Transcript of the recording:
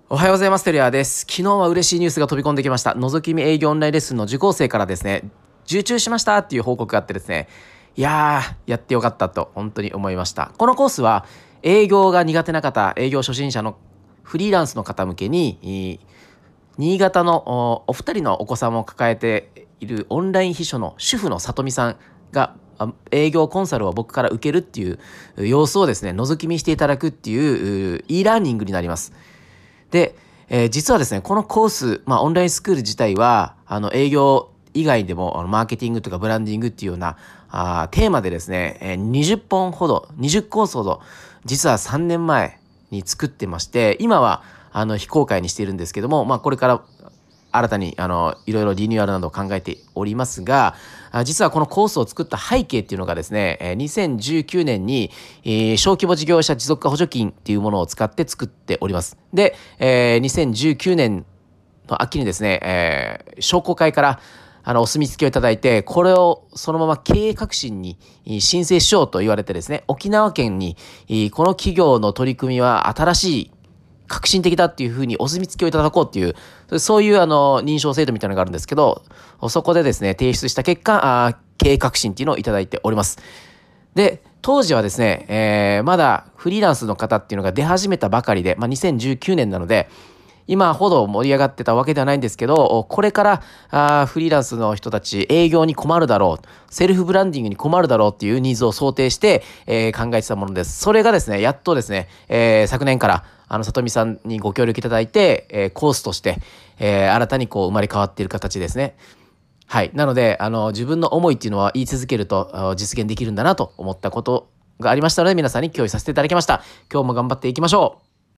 おはようございます。テリアです。昨日は嬉しいニュースが飛び込んできました。覗き見営業オンラインレッスンの受講生からですね、受注しましたっていう報告があってですね、やってよかったと本当に思いました。このコースは営業が苦手な方、営業初心者のフリーランスの方向けに、新潟のお二人のお子さんを抱えているオンライン秘書の主婦の里美さんが営業コンサルを僕から受けるっていう様子をですね、覗き見していただくっていう e ラーニングになります。で、実はですね、このコース、オンラインスクール自体は、営業以外でも、マーケティングとかブランディングっていうような、テーマでですね、20本ほど、20コースほど、実は3年前に作ってまして、今は、非公開にしているんですけども、これから、新たにいろいろリニューアルなどを考えておりますが、実はこのコースを作った背景っていうのがですね、2019年に、小規模事業者持続化補助金っていうものを使って作っております。で、2019年の秋にですね、商工会からお墨付きをいただいて、これをそのまま経営革新に申請しようと言われてですね、沖縄県にこの企業の取り組みは新しい革新的だっていうふうにお墨付きをいただこうっていう、そういう認証制度みたいなのがあるんですけど、そこでですね、提出した結果、経営革新っていうのをいただいております。で、当時はですね、まだフリーランスの方っていうのが出始めたばかりで、2019年なので、今ほど盛り上がってたわけではないんですけど、これからフリーランスの人たち営業に困るだろう、セルフブランディングに困るだろうっていうニーズを想定して、考えてたものです。それがですね、やっとですね、昨年から里見さんにご協力いただいて、コースとして、新たに生まれ変わっている形ですね。はい。なので、自分の思いっていうのは言い続けると実現できるんだなと思ったことがありましたので、皆さんに共有させていただきました。今日も頑張っていきましょう。